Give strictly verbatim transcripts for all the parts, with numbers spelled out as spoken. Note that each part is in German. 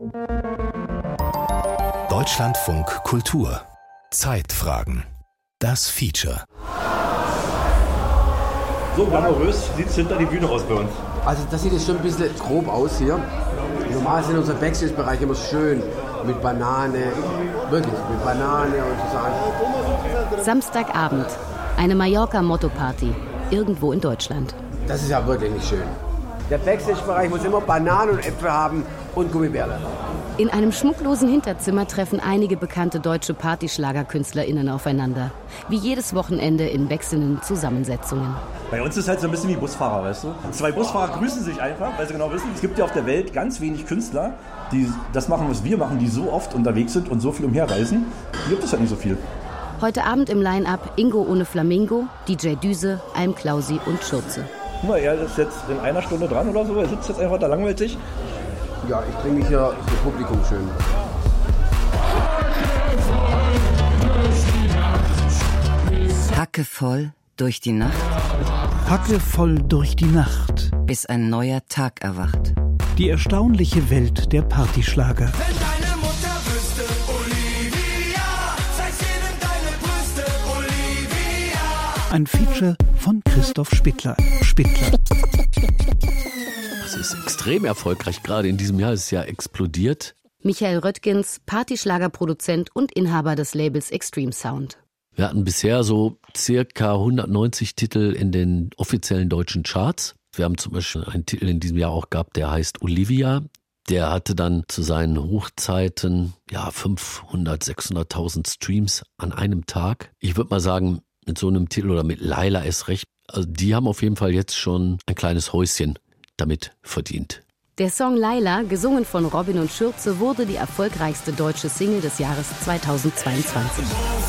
Deutschlandfunk Kultur. Zeitfragen. Das Feature. So glamourös sieht es hinter die Bühne aus bei uns. Also das sieht jetzt schon ein bisschen grob aus hier. Normal sind unsere Backstage-Bereich immer schön mit Banane, wirklich mit Banane und so Sachen. Samstagabend, eine Mallorca-Motto-Party, irgendwo in Deutschland. Das ist ja wirklich nicht schön. Der Backstage-Bereich muss immer Bananen und Äpfel haben und Gummibärle. In einem schmucklosen Hinterzimmer treffen einige bekannte deutsche Partyschlagerkünstlerinnen aufeinander. Wie jedes Wochenende in wechselnden Zusammensetzungen. Bei uns ist es halt so ein bisschen wie Busfahrer, weißt du? Zwei Busfahrer grüßen sich einfach, weil sie genau wissen, es gibt ja auf der Welt ganz wenig Künstler, die das machen, was wir machen, die so oft unterwegs sind und so viel umherreisen. Hier gibt es halt nicht so viel. Heute Abend im Line-Up Ingo ohne Flamingo, D J Düse, Alm Klausi und Schürze. Guck mal, er ist jetzt in einer Stunde dran oder so, er sitzt jetzt einfach da, langweilt sich. Ja, ich bringe mich hier für Publikum schön. Hackevoll durch die Nacht. Hackevoll durch die Nacht. Bis ein neuer Tag erwacht. Die erstaunliche Welt der Partyschlager. Wenn deine Mutter wüsste, Olivia, zeig ihnen deine Brüste, Olivia. Ein Feature von Christoph Spittler. Spittler. Das ist extrem erfolgreich. Gerade in diesem Jahr ist es ja explodiert. Michael Röttgens, Partyschlagerproduzent und Inhaber des Labels Extreme Sound. Wir hatten bisher so circa hundertneunzig Titel in den offiziellen deutschen Charts. Wir haben zum Beispiel einen Titel in diesem Jahr auch gehabt, der heißt Olivia. Der hatte dann zu seinen Hochzeiten ja fünfhundert, sechshunderttausend Streams an einem Tag. Ich würde mal sagen, mit so einem Titel oder mit Laila erst recht, also die haben auf jeden Fall jetzt schon ein kleines Häuschen damit verdient. Der Song Laila, gesungen von Robin und Schürze, wurde die erfolgreichste deutsche Single des Jahres zweitausendzweiundzwanzig.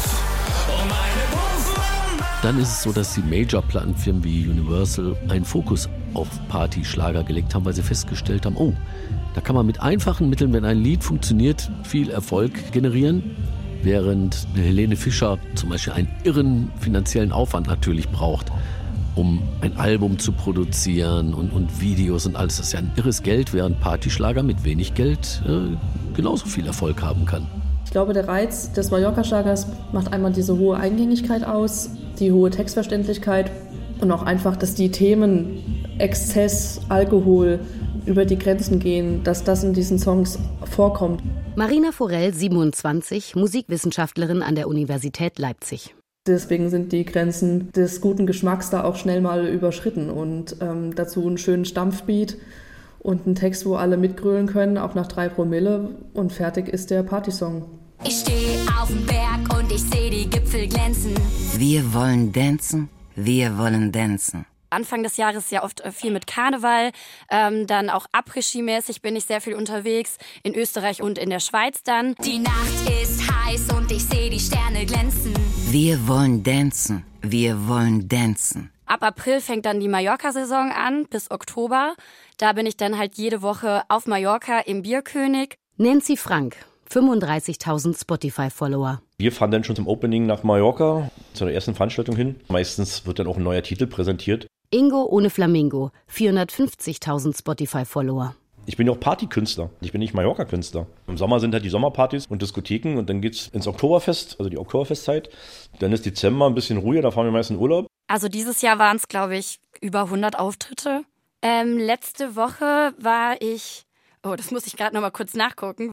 Dann ist es so, dass die Major-Plattenfirmen wie Universal einen Fokus auf Partyschlager gelegt haben, weil sie festgestellt haben, oh, da kann man mit einfachen Mitteln, wenn ein Lied funktioniert, viel Erfolg generieren, während Helene Fischer zum Beispiel einen irren finanziellen Aufwand natürlich braucht, um ein Album zu produzieren und, und Videos und alles. Das ist ja ein irres Geld, während Partyschlager mit wenig Geld äh, genauso viel Erfolg haben kann. Ich glaube, der Reiz des Mallorca-Schlagers macht einmal diese hohe Eingängigkeit aus, die hohe Textverständlichkeit und auch einfach, dass die Themen Exzess, Alkohol über die Grenzen gehen, dass das in diesen Songs vorkommt. Marina Forell, siebenundzwanzig, Musikwissenschaftlerin an der Universität Leipzig. Deswegen sind die Grenzen des guten Geschmacks da auch schnell mal überschritten und ähm, dazu einen schönen Stampfbeat und einen Text, wo alle mitgrölen können, auch nach drei Promille und fertig ist der Partysong. Ich stehe auf dem Berg und ich sehe die Gipfel glänzen. Wir wollen dancen, wir wollen dancen. Anfang des Jahres ja oft viel mit Karneval, ähm, dann auch Après-Ski-mäßig bin ich sehr viel unterwegs, in Österreich und in der Schweiz dann. Die Nacht ist heiß und ich sehe die Sterne glänzen. Wir wollen dancen, wir wollen dancen. Ab April fängt dann die Mallorca-Saison an, bis Oktober. Da bin ich dann halt jede Woche auf Mallorca im Bierkönig. Nancy Frank, fünfunddreißigtausend Spotify-Follower. Wir fahren dann schon zum Opening nach Mallorca, zu der ersten Veranstaltung hin. Meistens wird dann auch ein neuer Titel präsentiert. Ingo ohne Flamingo, vierhundertfünfzigtausend Spotify-Follower. Ich bin ja auch Partykünstler, ich bin nicht Mallorca-Künstler. Im Sommer sind halt die Sommerpartys und Diskotheken und dann geht's ins Oktoberfest, also die Oktoberfestzeit. Dann ist Dezember ein bisschen ruhiger, da fahren wir meistens in Urlaub. Also dieses Jahr waren es, glaube ich, über hundert Auftritte. Ähm, letzte Woche war ich, oh, das muss ich gerade noch mal kurz nachgucken.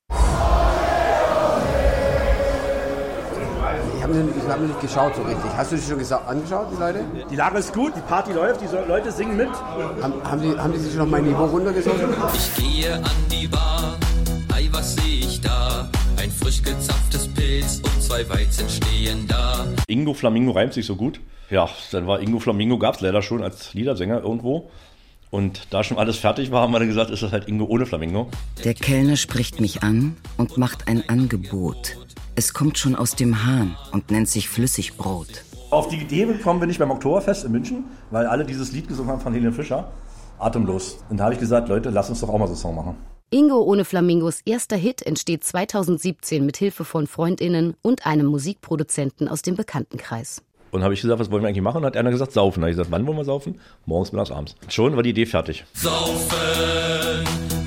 Ich habe nicht, hab nicht geschaut so richtig. Hast du dich schon gesa- angeschaut, die Leute? Die Lage ist gut, die Party läuft, die Leute singen mit. Haben, haben, die, haben die sich schon auf mein Niveau runtergesungen? Ich gehe an die Bar, ei, was sehe ich da? Ein frisch gezapftes Pilz und zwei Weizen stehen da. Ingo Flamingo reimt sich so gut. Ja, dann war Ingo Flamingo, gab es leider schon als Liedersänger irgendwo. Und da schon alles fertig war, haben wir dann gesagt, ist das halt Ingo ohne Flamingo. Der Kellner spricht mich an und macht ein Angebot. Es kommt schon aus dem Hahn und nennt sich Flüssigbrot. Auf die Idee gekommen bin ich beim Oktoberfest in München, weil alle dieses Lied gesungen haben von Helene Fischer. Atemlos. Und da habe ich gesagt, Leute, lasst uns doch auch mal so einen Song machen. Ingo ohne Flamingos erster Hit entsteht zweitausendsiebzehn mit Hilfe von FreundInnen und einem Musikproduzenten aus dem Bekanntenkreis. Und habe ich gesagt, was wollen wir eigentlich machen? Und hat einer gesagt, saufen. Da habe ich gesagt, wann wollen wir saufen? Morgens, mittags, abends. Schon war die Idee fertig. Saufen,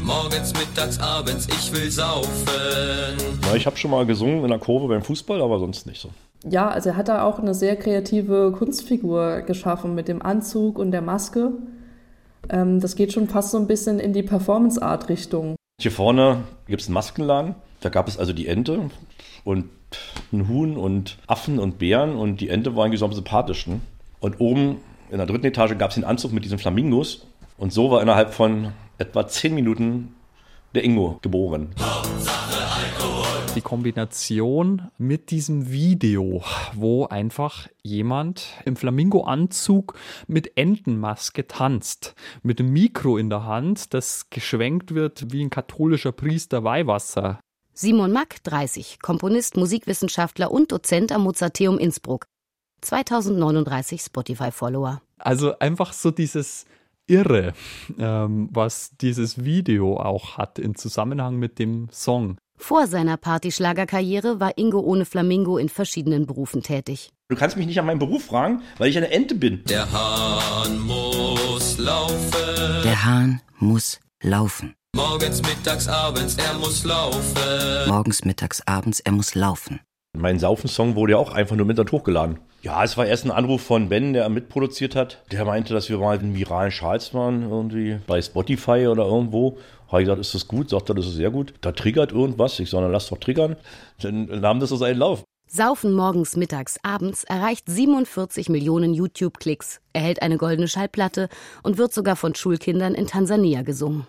Morgens, mittags, abends, ich will saufen. Na, ich habe schon mal gesungen in der Kurve beim Fußball, aber sonst nicht so. Ja, also er hat da auch eine sehr kreative Kunstfigur geschaffen mit dem Anzug und der Maske. Ähm, das geht schon fast so ein bisschen in die Performance-Art-Richtung. Hier vorne gibt es einen Maskenladen. Da gab es also die Ente und ein Huhn und Affen und Bären. Und die Ente war eigentlich so am sympathischsten. Und oben in der dritten Etage gab es den Anzug mit diesen Flamingos. Und so war innerhalb von etwa zehn Minuten der Ingo geboren. Die Kombination mit diesem Video, wo einfach jemand im Flamingo-Anzug mit Entenmaske tanzt, mit dem Mikro in der Hand, das geschwenkt wird wie ein katholischer Priester Weihwasser. Simon Mack, dreißig, Komponist, Musikwissenschaftler und Dozent am Mozarteum Innsbruck. zweitausendneununddreißig Spotify-Follower. Also einfach so dieses Irre, ähm, was dieses Video auch hat im Zusammenhang mit dem Song. Vor seiner Partyschlagerkarriere war Ingo ohne Flamingo in verschiedenen Berufen tätig. Du kannst mich nicht an meinen Beruf fragen, weil ich eine Ente bin. Der Hahn muss laufen. Der Hahn muss laufen. Morgens, mittags, abends, er muss laufen. Morgens, mittags, abends, er muss laufen. Mein Saufen-Song wurde ja auch einfach nur mit Internet hochgeladen. Ja, es war erst ein Anruf von Ben, der mitproduziert hat. Der meinte, dass wir mal in viralen Charts waren, irgendwie bei Spotify oder irgendwo. Habe ich gesagt, ist das gut? Sagt er, das ist sehr gut. Da triggert irgendwas. Ich sage, dann lass doch triggern. Dann nahm das so seinen Lauf. Saufen morgens, mittags, abends erreicht siebenundvierzig Millionen YouTube-Klicks, erhält eine goldene Schallplatte und wird sogar von Schulkindern in Tansania gesungen.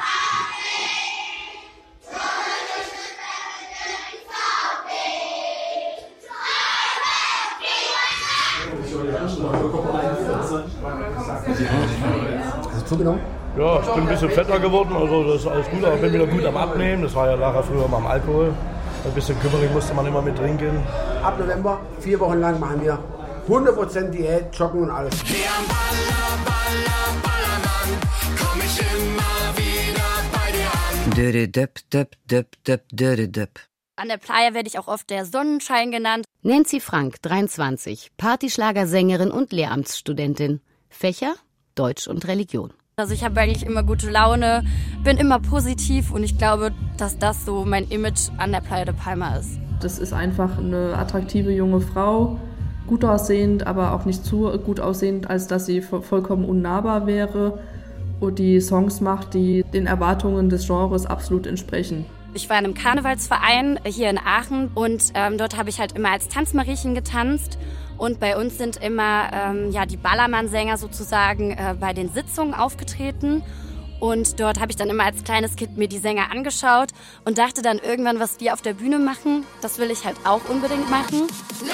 Hast du zugenommen? Ja, ich bin ein bisschen fetter geworden, also das ist alles gut, aber ich bin wieder gut am Abnehmen. Das war ja Lara früher mal am Alkohol. Ein bisschen kümmerlich musste man immer mit trinken. Ab November, vier Wochen lang machen wir hundert Prozent Diät, Joggen und alles. Hier am Baller, Baller, Ballermann, komm ich immer wieder bei dir an. Dödödöp, döp, döp, döp, dödödöp. An der Playa werde ich auch oft der Sonnenschein genannt. Nancy Frank, dreiundzwanzig, Partyschlagersängerin und Lehramtsstudentin. Fächer, Deutsch und Religion. Also ich habe eigentlich immer gute Laune, bin immer positiv und ich glaube, dass das so mein Image an der Playa de Palma ist. Das ist einfach eine attraktive junge Frau, gut aussehend, aber auch nicht zu gut aussehend, als dass sie vollkommen unnahbar wäre und die Songs macht, die den Erwartungen des Genres absolut entsprechen. Ich war in einem Karnevalsverein hier in Aachen und ähm, dort habe ich halt immer als Tanzmariechen getanzt. Und bei uns sind immer ähm, ja, die Ballermann-Sänger sozusagen äh, bei den Sitzungen aufgetreten. Und dort habe ich dann immer als kleines Kind mir die Sänger angeschaut und dachte dann irgendwann, was die auf der Bühne machen, das will ich halt auch unbedingt machen.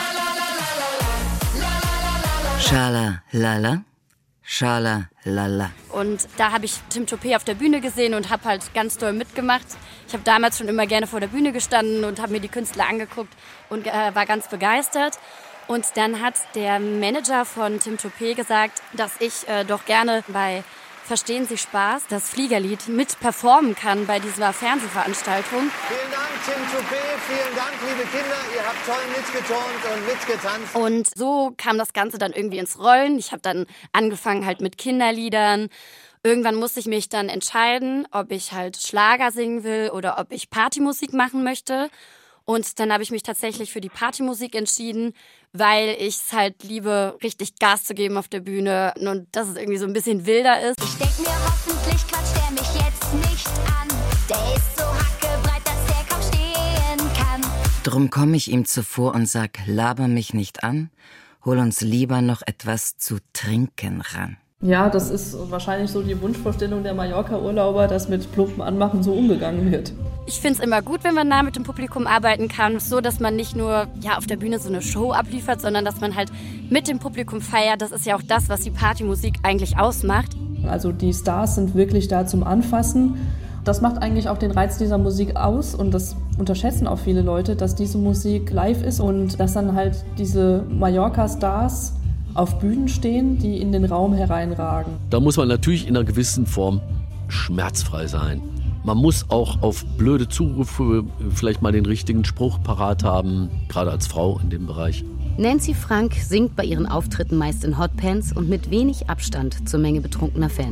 Schala, lala, schala, lala. Und da habe ich Tim Toupé auf der Bühne gesehen und habe halt ganz doll mitgemacht. Ich habe damals schon immer gerne vor der Bühne gestanden und habe mir die Künstler angeguckt und äh, war ganz begeistert. Und dann hat der Manager von Tim Toupé gesagt, dass ich äh, doch gerne bei Verstehen Sie Spaß, das Fliegerlied, mit performen kann bei dieser Fernsehveranstaltung. Vielen Dank, Tim Toupé, vielen Dank, liebe Kinder, ihr habt toll mitgeturnt und mitgetanzt. Und so kam das Ganze dann irgendwie ins Rollen. Ich habe dann angefangen halt mit Kinderliedern. Irgendwann musste ich mich dann entscheiden, ob ich halt Schlager singen will oder ob ich Partymusik machen möchte. Und dann habe ich mich tatsächlich für die Partymusik entschieden, weil ich es halt liebe, richtig Gas zu geben auf der Bühne und dass es irgendwie so ein bisschen wilder ist. Ich denk mir, hoffentlich quatscht der mich jetzt nicht an. Der ist so hackebreit, dass der kaum stehen kann. Drum komm ich ihm zuvor und sag, laber mich nicht an, hol uns lieber noch etwas zu trinken ran. Ja, das ist wahrscheinlich so die Wunschvorstellung der Mallorca-Urlauber, dass mit plumpen Anmachen so umgegangen wird. Ich finde es immer gut, wenn man nah mit dem Publikum arbeiten kann, so dass man nicht nur ja, auf der Bühne so eine Show abliefert, sondern dass man halt mit dem Publikum feiert. Das ist ja auch das, was die Partymusik eigentlich ausmacht. Also die Stars sind wirklich da zum Anfassen. Das macht eigentlich auch den Reiz dieser Musik aus und das unterschätzen auch viele Leute, dass diese Musik live ist und dass dann halt diese Mallorca-Stars auf Bühnen stehen, die in den Raum hereinragen. Da muss man natürlich in einer gewissen Form schmerzfrei sein. Man muss auch auf blöde Zurufe vielleicht mal den richtigen Spruch parat haben, gerade als Frau in dem Bereich. Nancy Frank singt bei ihren Auftritten meist in Hotpants und mit wenig Abstand zur Menge betrunkener Fans.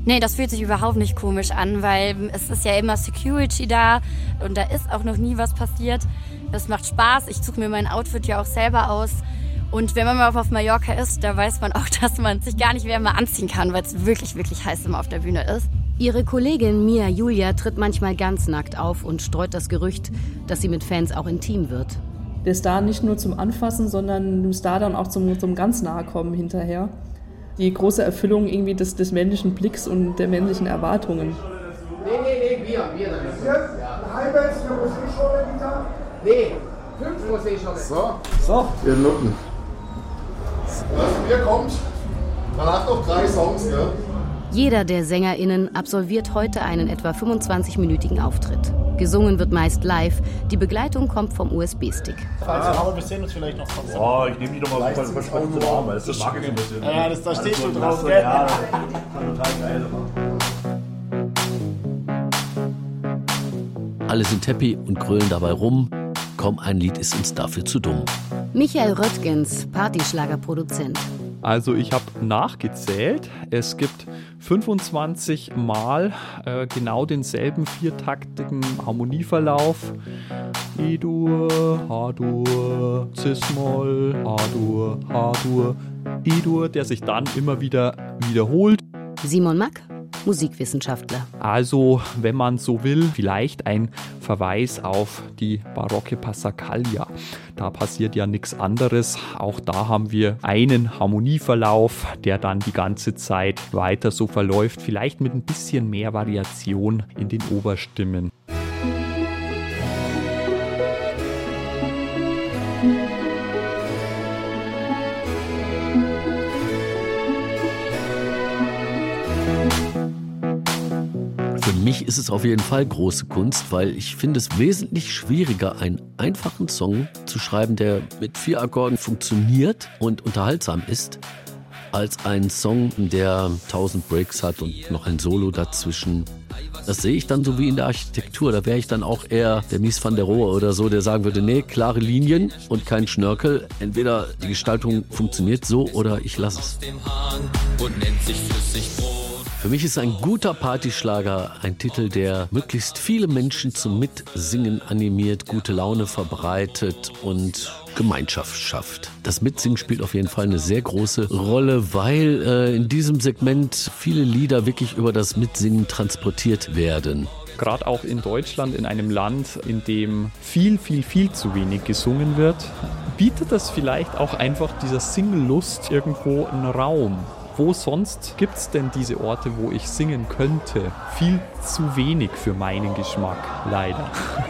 Nee, das fühlt sich überhaupt nicht komisch an, weil es ist ja immer Security da und da ist auch noch nie was passiert. Das macht Spaß, ich suche mir mein Outfit ja auch selber aus. Und wenn man mal auf Mallorca ist, da weiß man auch, dass man sich gar nicht mehr mal anziehen kann, weil es wirklich, wirklich heiß immer auf der Bühne ist. Ihre Kollegin Mia Julia tritt manchmal ganz nackt auf und streut das Gerücht, dass sie mit Fans auch intim wird. Der Star nicht nur zum Anfassen, sondern dem Star dann auch zum, zum ganz nahe kommen hinterher. Die große Erfüllung irgendwie des, des männlichen Blicks und der männlichen Erwartungen. Nee, nee, nee, wir, wir. Ja. Ein halbes, eine Rosé-Schorle, Dieter? Nee, fünf Rosé-Schorle. So, so. Wir nutten. Was mir kommt, danach noch drei Songs, gell? Jeder der SängerInnen absolviert heute einen etwa fünfundzwanzigminütigen Auftritt. Gesungen wird meist live, die Begleitung kommt vom U S B-Stick. Also, aber wir sehen uns vielleicht noch von Oh, ich nehme die doch mal versprochen zu warm, weil das mag ich ein bisschen. Ja, das, da steht schon drauf, so, gell? Ja, total geil. Alle sind happy und grölen dabei rum. Kaum ein Lied ist uns dafür zu dumm. Michael Röttgens, Partyschlagerproduzent. Also ich habe nachgezählt, es gibt fünfundzwanzig Mal äh, genau denselben viertaktigen Harmonieverlauf. E-Dur, A-Dur, Cis-Moll, A-Dur, A-Dur, E-Dur, der sich dann immer wieder wiederholt. Simon Mack, Musikwissenschaftler. Also, wenn man so will, vielleicht ein Verweis auf die barocke Passacaglia. Da passiert ja nichts anderes. Auch da haben wir einen Harmonieverlauf, der dann die ganze Zeit weiter so verläuft. Vielleicht mit ein bisschen mehr Variation in den Oberstimmen. Für mich ist es auf jeden Fall große Kunst, weil ich finde es wesentlich schwieriger, einen einfachen Song zu schreiben, der mit vier Akkorden funktioniert und unterhaltsam ist, als einen Song, der tausend Breaks hat und noch ein Solo dazwischen. Das sehe ich dann so wie in der Architektur. Da wäre ich dann auch eher der Mies van der Rohe oder so, der sagen würde, nee, klare Linien und kein Schnörkel. Entweder die Gestaltung funktioniert so oder ich lasse es. Und nennt sich Flüssigbrot. Für mich ist ein guter Partyschlager ein Titel, der möglichst viele Menschen zum Mitsingen animiert, gute Laune verbreitet und Gemeinschaft schafft. Das Mitsingen spielt auf jeden Fall eine sehr große Rolle, weil äh, in diesem Segment viele Lieder wirklich über das Mitsingen transportiert werden. Gerade auch in Deutschland, in einem Land, in dem viel, viel, viel zu wenig gesungen wird, bietet das vielleicht auch einfach dieser Singellust irgendwo einen Raum. Wo sonst gibt es denn diese Orte, wo ich singen könnte? Viel zu wenig für meinen Geschmack, leider.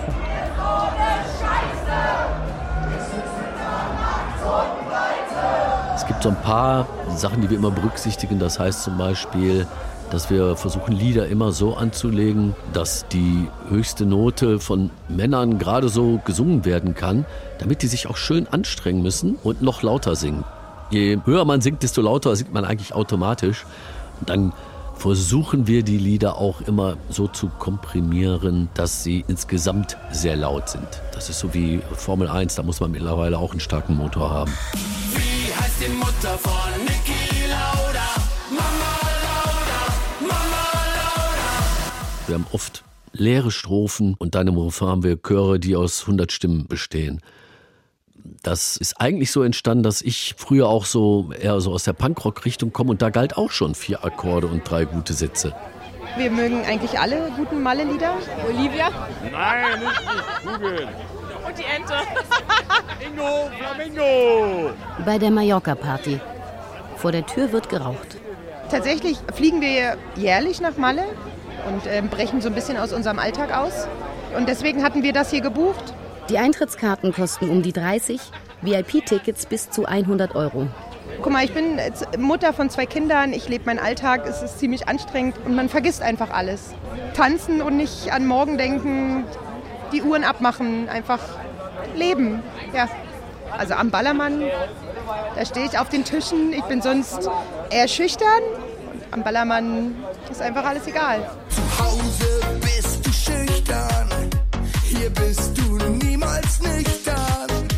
Es gibt so ein paar Sachen, die wir immer berücksichtigen. Das heißt zum Beispiel, dass wir versuchen, Lieder immer so anzulegen, dass die höchste Note von Männern gerade so gesungen werden kann, damit die sich auch schön anstrengen müssen und noch lauter singen. Je höher man singt, desto lauter singt man eigentlich automatisch. Und dann versuchen wir, die Lieder auch immer so zu komprimieren, dass sie insgesamt sehr laut sind. Das ist so wie Formel eins, da muss man mittlerweile auch einen starken Motor haben. Wie heißt die Mutter von Niki Lauda? Mama Lauda, Mama Lauda. Wir haben oft leere Strophen und dann im Refrain haben wir Chöre, die aus hundert Stimmen bestehen. Das ist eigentlich so entstanden, dass ich früher auch so eher so aus der Punkrock-Richtung komme und da galt auch schon vier Akkorde und drei gute Sätze. Wir mögen eigentlich alle guten Malle-Lieder. Olivia? Nein, nicht ich. Googeln. Und die Ente. Ingo, Flamingo. Bei der Mallorca-Party. Vor der Tür wird geraucht. Tatsächlich fliegen wir jährlich nach Malle und äh, brechen so ein bisschen aus unserem Alltag aus. Und deswegen hatten wir das hier gebucht. Die Eintrittskarten kosten um die dreißig, V I P-Tickets bis zu hundert Euro. Guck mal, ich bin Mutter von zwei Kindern, ich lebe meinen Alltag, es ist ziemlich anstrengend und man vergisst einfach alles. Tanzen und nicht an morgen denken, die Uhren abmachen, einfach leben. Ja. Also am Ballermann, da stehe ich auf den Tischen, ich bin sonst eher schüchtern. Am Ballermann ist einfach alles egal. Zu Hause bist du schüchtern, hier bist du niemals nüchtern. Die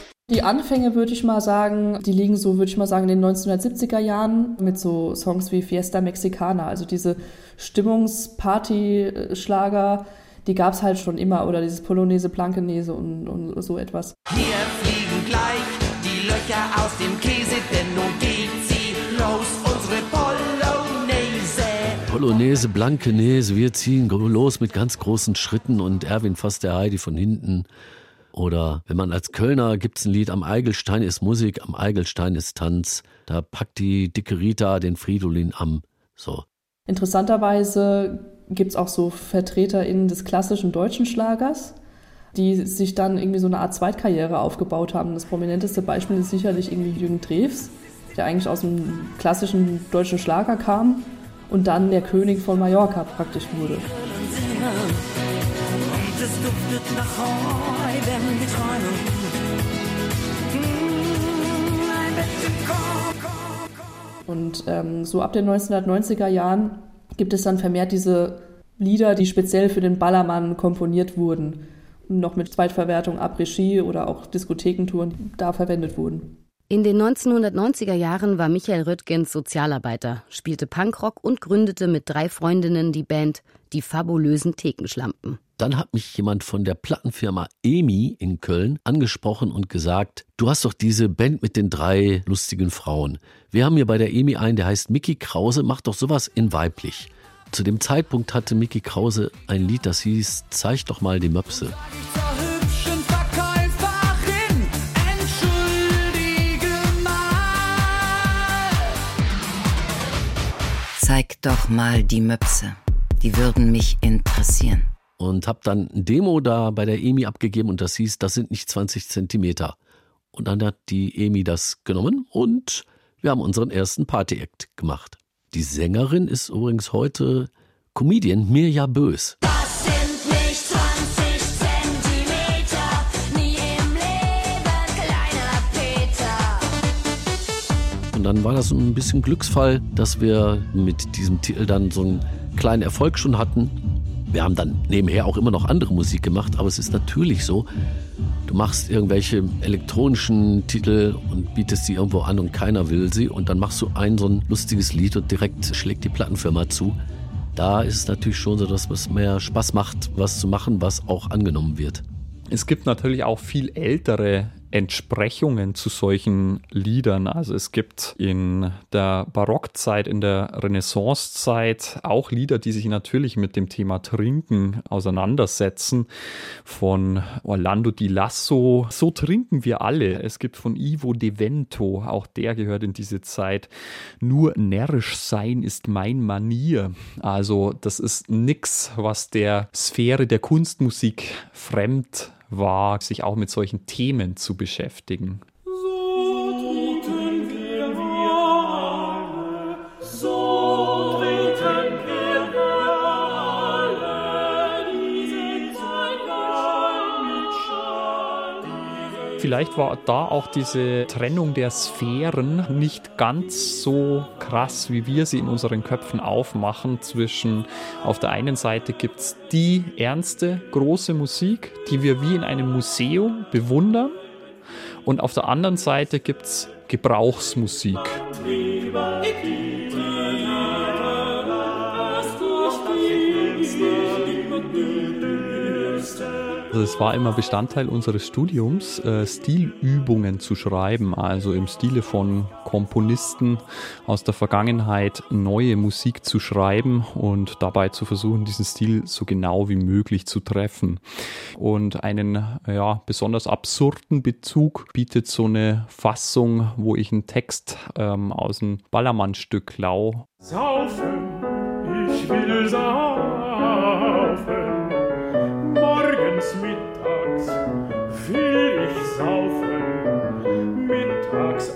Anfänge, würde ich mal sagen, die liegen so, würde ich mal sagen, in den neunzehnhundertsiebziger Jahren mit so Songs wie Fiesta Mexicana, also diese Stimmungsparty-Schlager, die gab es halt schon immer, oder dieses Polonaise, Blankenese und, und so etwas. Wir fliegen gleich die Löcher aus dem Käse, denn nun geht sie los, unsere Polonaise. Polonaise, Blankenese, wir ziehen los mit ganz großen Schritten und Erwin fasst der Heidi von hinten. Oder wenn man als Kölner, gibt's ein Lied, am Eigelstein ist Musik, am Eigelstein ist Tanz. Da packt die dicke Rita den Fridolin am. So. Interessanterweise gibt es auch so VertreterInnen des klassischen deutschen Schlagers, die sich dann irgendwie so eine Art Zweitkarriere aufgebaut haben. Das prominenteste Beispiel ist sicherlich irgendwie Jürgen Drews, der eigentlich aus dem klassischen deutschen Schlager kam und dann der König von Mallorca praktisch wurde. Und es duftet nach Heu, wenn wir träumen. Ein Bett im Korb. Und ähm, so ab den neunzehnhundertneunziger Jahren gibt es dann vermehrt diese Lieder, die speziell für den Ballermann komponiert wurden und noch mit Zweitverwertung, Après-Ski oder auch Diskothekentouren da verwendet wurden. In den neunzehnhundertneunziger Jahren war Michael Röttgens Sozialarbeiter, spielte Punkrock und gründete mit drei Freundinnen die Band Die Fabulösen Thekenschlampen. Dann hat mich jemand von der Plattenfirma E M I in Köln angesprochen und gesagt, du hast doch diese Band mit den drei lustigen Frauen. Wir haben hier bei der E M I einen, der heißt Micky Krause, macht doch sowas in weiblich. Zu dem Zeitpunkt hatte Micky Krause ein Lied, das hieß Zeig doch mal die Möpse. Zeig doch mal die Möpse, die würden mich interessieren. Und habe dann ein Demo da bei der E M I abgegeben und das hieß, das sind nicht zwanzig Zentimeter. Und dann hat die E M I das genommen und wir haben unseren ersten Party-Act gemacht. Die Sängerin ist übrigens heute Comedian Mirja Bös. Das sind nicht zwanzig Zentimeter, nie im Leben, kleiner Peter. Und dann war das so ein bisschen Glücksfall, dass wir mit diesem Titel dann so einen kleinen Erfolg schon hatten. Wir haben dann nebenher auch immer noch andere Musik gemacht, aber es ist natürlich so, du machst irgendwelche elektronischen Titel und bietest sie irgendwo an und keiner will sie und dann machst du ein so ein lustiges Lied und direkt schlägt die Plattenfirma zu. Da ist es natürlich schon so, dass es mehr Spaß macht, was zu machen, was auch angenommen wird. Es gibt natürlich auch viel ältere Entsprechungen zu solchen Liedern. Also es gibt in der Barockzeit, in der Renaissancezeit auch Lieder, die sich natürlich mit dem Thema Trinken auseinandersetzen. Von Orlando di Lasso, So trinken wir alle. Es gibt von Ivo De Vento, auch der gehört in diese Zeit. Nur närrisch sein ist mein Manier. Also das ist nix, was der Sphäre der Kunstmusik fremd war, sich auch mit solchen Themen zu beschäftigen. So trinken wir alle, so trinken wir alle, diese Zeit mit Schall. Vielleicht war da auch diese Trennung der Sphären nicht ganz so krass, wie wir sie in unseren Köpfen aufmachen. Zwischen, auf der einen Seite gibt es die ernste, große Musik, die wir wie in einem Museum bewundern. Und auf der anderen Seite gibt es Gebrauchsmusik. Also es war immer Bestandteil unseres Studiums, äh, Stilübungen zu schreiben, also im Stile von Komponisten aus der Vergangenheit neue Musik zu schreiben und dabei zu versuchen, diesen Stil so genau wie möglich zu treffen. Und einen ja, besonders absurden Bezug bietet so eine Fassung, wo ich einen Text ähm, aus dem Ballermann-Stück lau. Saufen, ich will saufen. Morgens, mittags will ich saufen, mittags,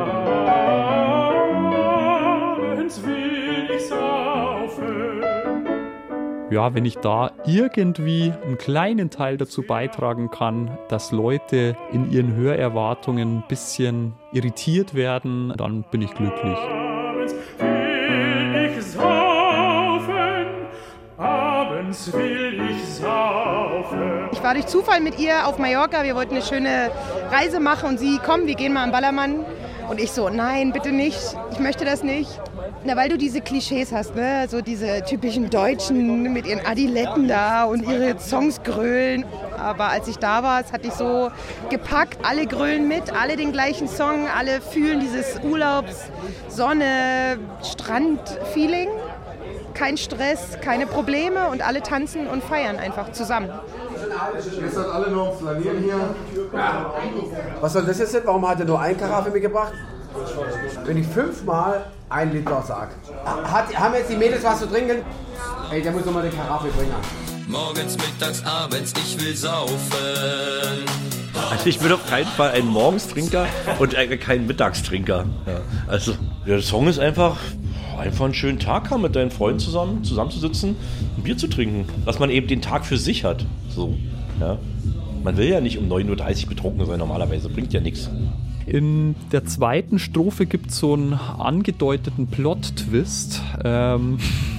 abends will ich saufen. Ja, wenn ich da irgendwie einen kleinen Teil dazu beitragen kann, dass Leute in ihren Hörerwartungen ein bisschen irritiert werden, dann bin ich glücklich. Abends will ich saufen, abends will ich saufen. Ich war durch Zufall mit ihr auf Mallorca. Wir wollten eine schöne Reise mache und sie, komm, wir gehen mal am Ballermann. Und ich so, nein, bitte nicht, ich möchte das nicht. Na, weil du diese Klischees hast, ne? So diese typischen Deutschen mit ihren Adiletten da und ihre Songs grölen. Aber als ich da war, es hat dich so gepackt. Alle grölen mit, alle den gleichen Song, alle fühlen dieses Urlaubs-, Sonne-, Strand-Feeling. Kein Stress, keine Probleme und alle tanzen und feiern einfach zusammen. Ihr seid alle nur am Flanieren hier. Was soll das jetzt sein? Warum hat er nur ein Karaffe mitgebracht? Wenn ich fünfmal ein Liter sage. Hat, haben jetzt die Mädels was zu trinken? Ey, der muss nochmal eine Karaffe bringen. Morgens, mittags, abends, ich will saufen. Also ich bin auf keinen Fall ein Morgenstrinker und kein Mittagstrinker. Ja, also der Song ist einfach, einfach einen schönen Tag haben, mit deinen Freunden zusammen zusammenzusitzen, ein Bier zu trinken, dass man eben den Tag für sich hat. So, ja. Man will ja nicht um neun Uhr dreißig betrunken sein normalerweise, bringt ja nichts. In der zweiten Strophe gibt es so einen angedeuteten Plot-Twist. Ähm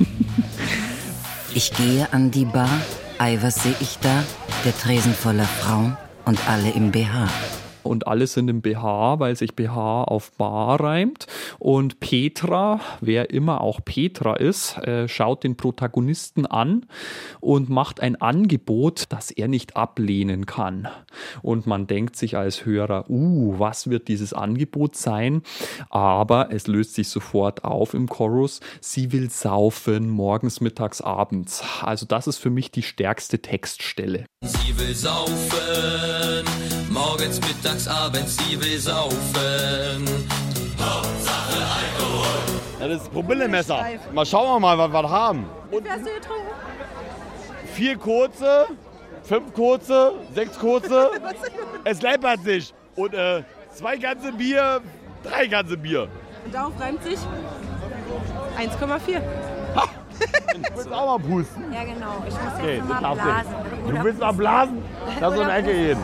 Ich gehe an die Bar, ei, was sehe ich da? Der Tresen voller Frauen und alle im B H. Und alle sind im B H, weil sich B H auf Bar reimt. Und Petra, wer immer auch Petra ist, äh, schaut den Protagonisten an und macht ein Angebot, das er nicht ablehnen kann. Und man denkt sich als Hörer, uh, was wird dieses Angebot sein? Aber es löst sich sofort auf im Chorus. Sie will saufen, morgens, mittags, abends. Also das ist für mich die stärkste Textstelle. Sie will saufen, morgens, mittags, abends, sie will saufen. Hauptsache Alkohol. Das ist das Promillemesser. Mal schauen wir mal, was wir haben. Wie viel hast du getrunken? Vier kurze, fünf kurze, sechs kurze. Es läppert sich. Und äh, zwei ganze Bier, drei ganze Bier. Und darauf reimt sich eins Komma vier. Du willst auch mal pusten? Ja, genau. Ich muss jetzt Okay, mal das darfst blasen. du. Du willst mal blasen? Lass uns in die Ecke gehen.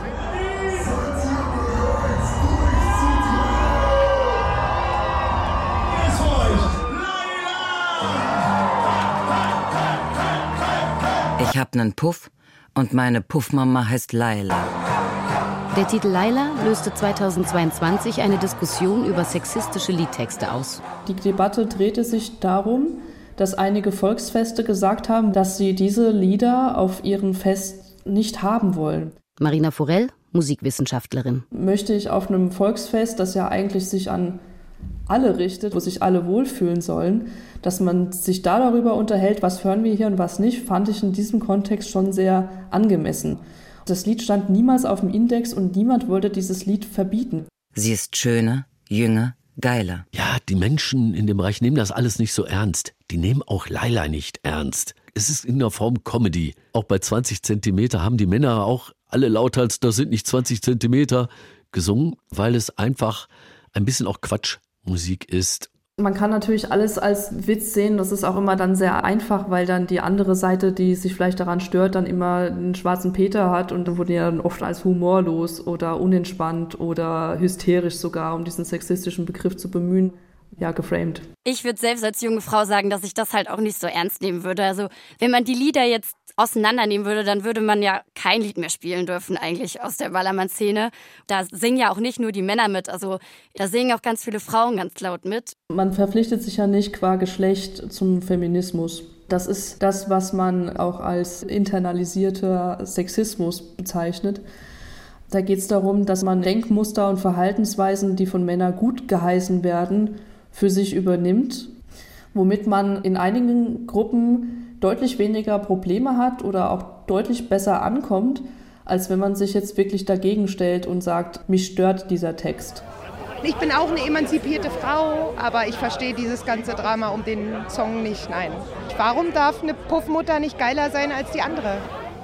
Ich hab nen Puff und meine Puffmama heißt Laila. Der Titel Laila löste zweitausendzweiundzwanzig eine Diskussion über sexistische Liedtexte aus. Die Debatte drehte sich darum, dass einige Volksfeste gesagt haben, dass sie diese Lieder auf ihrem Fest nicht haben wollen. Marina Forell, Musikwissenschaftlerin. Möchte ich auf einem Volksfest, das ja eigentlich sich an alle richtet, wo sich alle wohlfühlen sollen, dass man sich da darüber unterhält, was hören wir hier und was nicht, fand ich in diesem Kontext schon sehr angemessen. Das Lied stand niemals auf dem Index und niemand wollte dieses Lied verbieten. Sie ist schöner, jünger, geiler. Ja, die Menschen in dem Bereich nehmen das alles nicht so ernst. Die nehmen auch Laila nicht ernst. Es ist in der Form Comedy. Auch bei zwanzig Zentimeter haben die Männer auch alle lauthals, das sind nicht zwanzig Zentimeter, gesungen, weil es einfach ein bisschen auch Quatschmusik ist. Man kann natürlich alles als Witz sehen, das ist auch immer dann sehr einfach, weil dann die andere Seite, die sich vielleicht daran stört, dann immer einen schwarzen Peter hat und dann wurde ja dann oft als humorlos oder unentspannt oder hysterisch sogar, um diesen sexistischen Begriff zu bemühen, ja, geframed. Ich würde selbst als junge Frau sagen, dass ich das halt auch nicht so ernst nehmen würde. Also wenn man die Lieder jetzt auseinandernehmen würde, dann würde man ja kein Lied mehr spielen dürfen eigentlich aus der Ballermann-Szene. Da singen ja auch nicht nur die Männer mit, also da singen auch ganz viele Frauen ganz laut mit. Man verpflichtet sich ja nicht qua Geschlecht zum Feminismus. Das ist das, was man auch als internalisierter Sexismus bezeichnet. Da geht es darum, dass man Denkmuster und Verhaltensweisen, die von Männern gut geheißen werden, für sich übernimmt, womit man in einigen Gruppen deutlich weniger Probleme hat oder auch deutlich besser ankommt, als wenn man sich jetzt wirklich dagegen stellt und sagt, mich stört dieser Text. Ich bin auch eine emanzipierte Frau, aber ich verstehe dieses ganze Drama um den Song nicht, nein. Warum darf eine Puffmutter nicht geiler sein als die andere?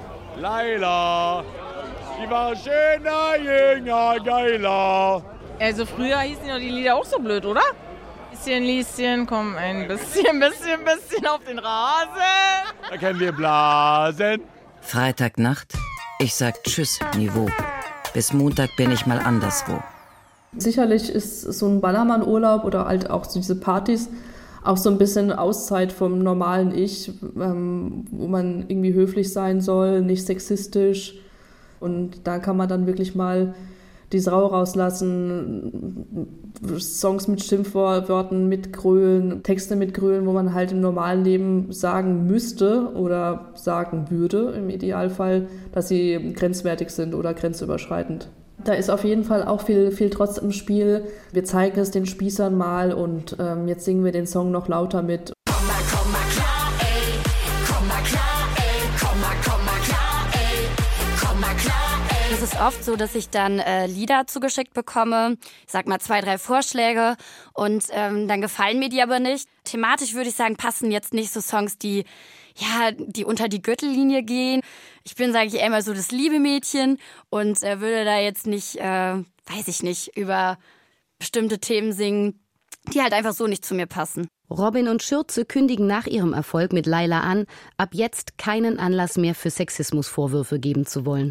Laila, die war schöner, jünger, geiler. Also früher hießen ja die Lieder auch so blöd, oder? Bisschen, Lieschen, komm ein bisschen, bisschen, bisschen auf den Rasen. Da können wir blasen. Freitagnacht, ich sag Tschüss, Niveau. Bis Montag bin ich mal anderswo. Sicherlich ist so ein Ballermann-Urlaub oder halt auch so diese Partys auch so ein bisschen Auszeit vom normalen Ich, ähm, wo man irgendwie höflich sein soll, nicht sexistisch. Und da kann man dann wirklich mal die Sau rauslassen, Songs mit Schimpfwörtern, mit Grölen, Texte mit Grölen, wo man halt im normalen Leben sagen müsste oder sagen würde, im Idealfall, dass sie grenzwertig sind oder grenzüberschreitend. Da ist auf jeden Fall auch viel, viel Trotz im Spiel. Wir zeigen es den Spießern mal und ähm, jetzt singen wir den Song noch lauter mit. Komm mal, komm mal klar, ey. Komm mal klar, ey. Komm mal, komm mal klar, ey. Komm mal klar, ey. Es ist oft so, dass ich dann äh, Lieder zugeschickt bekomme, ich sag mal zwei, drei Vorschläge und ähm, dann gefallen mir die aber nicht. Thematisch würde ich sagen, passen jetzt nicht so Songs, die ja, die unter die Gürtellinie gehen. Ich bin, sage ich, eher immer so das liebe Mädchen und äh, würde da jetzt nicht, äh, weiß ich nicht, über bestimmte Themen singen, die halt einfach so nicht zu mir passen. Robin und Schürze kündigen nach ihrem Erfolg mit Laila an, ab jetzt keinen Anlass mehr für Sexismusvorwürfe geben zu wollen.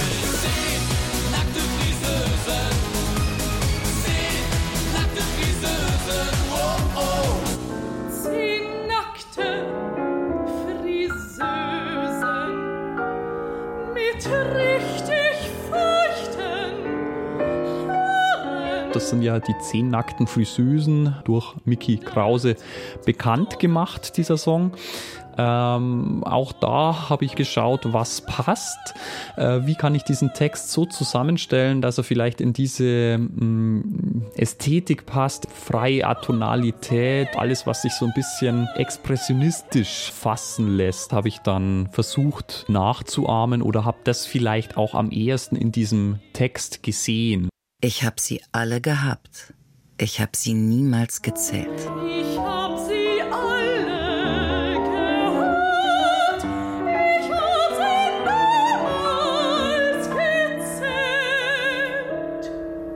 Das sind ja die zehn nackten Friseusen, durch Micky Krause bekannt gemacht, dieser Song. Ähm, auch da habe ich geschaut, was passt. Äh, wie kann ich diesen Text so zusammenstellen, dass er vielleicht in diese mh, Ästhetik passt. Freie Atonalität, alles, was sich so ein bisschen expressionistisch fassen lässt, habe ich dann versucht nachzuahmen oder habe das vielleicht auch am ehesten in diesem Text gesehen. Ich hab sie alle gehabt. Ich hab sie niemals gezählt. Ich hab sie alle gehabt. Ich hab sie niemals gezählt.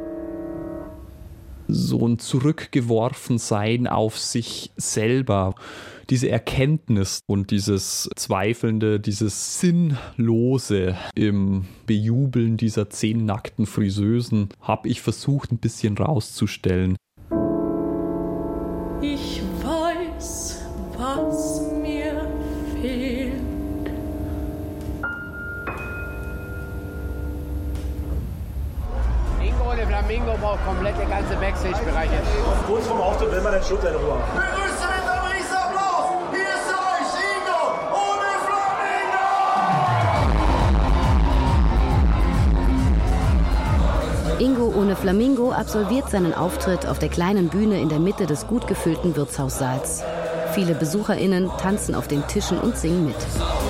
So ein Zurückgeworfensein auf sich selber. Diese Erkenntnis und dieses Zweifelnde, dieses Sinnlose im Bejubeln dieser zehn nackten Friseusen habe ich versucht, ein bisschen rauszustellen. Ich weiß, was mir fehlt. Ingo ohne Flamingo braucht komplett der ganze Backstage-Bereich jetzt. Kurz vorm Auftritt will man den Schutz in Ruhe. Ingo ohne Flamingo absolviert seinen Auftritt auf der kleinen Bühne in der Mitte des gut gefüllten Wirtshaussaals. Viele BesucherInnen tanzen auf den Tischen und singen mit.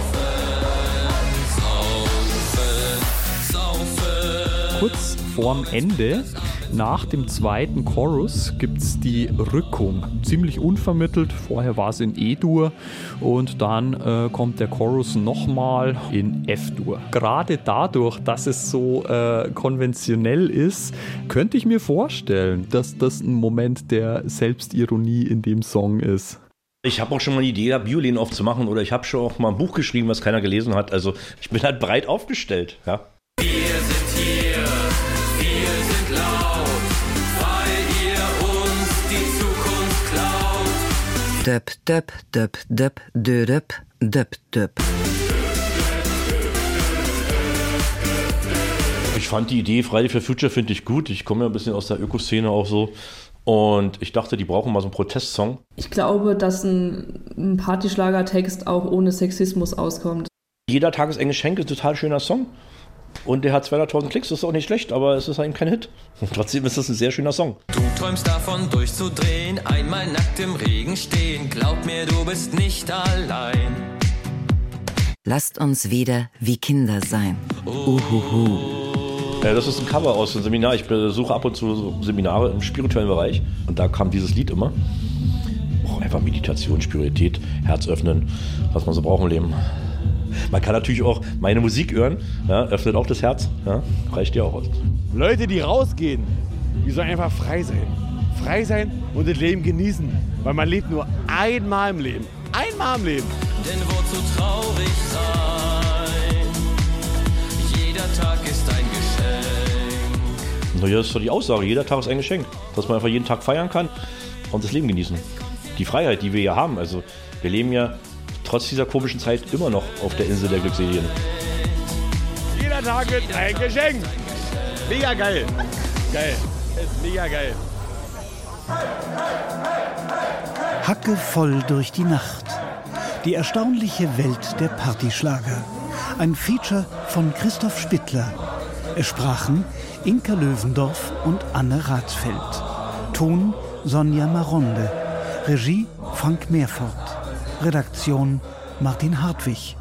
Kurz vorm Ende, nach dem zweiten Chorus, gibt es die Rückung. Ziemlich unvermittelt, vorher war es in E-Dur und dann äh, kommt der Chorus nochmal in F-Dur. Gerade dadurch, dass es so äh, konventionell ist, könnte ich mir vorstellen, dass das ein Moment der Selbstironie in dem Song ist. Ich habe auch schon mal die Idee, Biolin aufzumachen oder ich habe schon auch mal ein Buch geschrieben, was keiner gelesen hat. Also ich bin halt breit aufgestellt, ja. Wir sind hier, wir sind laut, weil ihr uns die Zukunft klaut. Döp, döp, döp, döp, döp, döp, döp. Ich fand die Idee Friday for Future finde ich gut. Ich komme ja ein bisschen aus der Ökoszene auch so. Und ich dachte, die brauchen mal so einen Protestsong. Ich glaube, dass ein, ein Partyschlagertext auch ohne Sexismus auskommt. Jeder Tag ist ein Geschenk ist ein total schöner Song. Und der hat zweihunderttausend Klicks, das ist auch nicht schlecht, aber es ist eben kein Hit. Und trotzdem ist das ein sehr schöner Song. Du träumst davon durchzudrehen, einmal nackt im Regen stehen. Glaub mir, du bist nicht allein. Lasst uns wieder wie Kinder sein. Uhuhu. Ja, das ist ein Cover aus einem Seminar. Ich besuche ab und zu so Seminare im spirituellen Bereich. Und da kam dieses Lied immer. Oh, einfach Meditation, Spiritualität, Herz öffnen, was man so braucht im Leben. Man kann natürlich auch meine Musik hören, ja, öffnet auch das Herz, ja, reicht ja auch aus. Leute, die rausgehen, die sollen einfach frei sein. Frei sein und das Leben genießen. Weil man lebt nur einmal im Leben. Einmal im Leben. Denn wozu traurig sein? Jeder Tag ist ein Geschenk. Naja, das ist doch die Aussage, jeder Tag ist ein Geschenk. Dass man einfach jeden Tag feiern kann und das Leben genießen. Die Freiheit, die wir ja haben, also wir leben ja trotz dieser komischen Zeit immer noch auf der Insel der Glückseligen. Jeder Tag ist ein Geschenk. Mega geil. Geil. Ist mega geil. Hacke voll durch die Nacht. Die erstaunliche Welt der Partyschlager. Ein Feature von Christoph Spittler. Es sprachen Inka Löwendorf und Anne Rathfeld. Ton Sonja Maronde. Regie Frank Meerfort. Redaktion Martin Hartwig.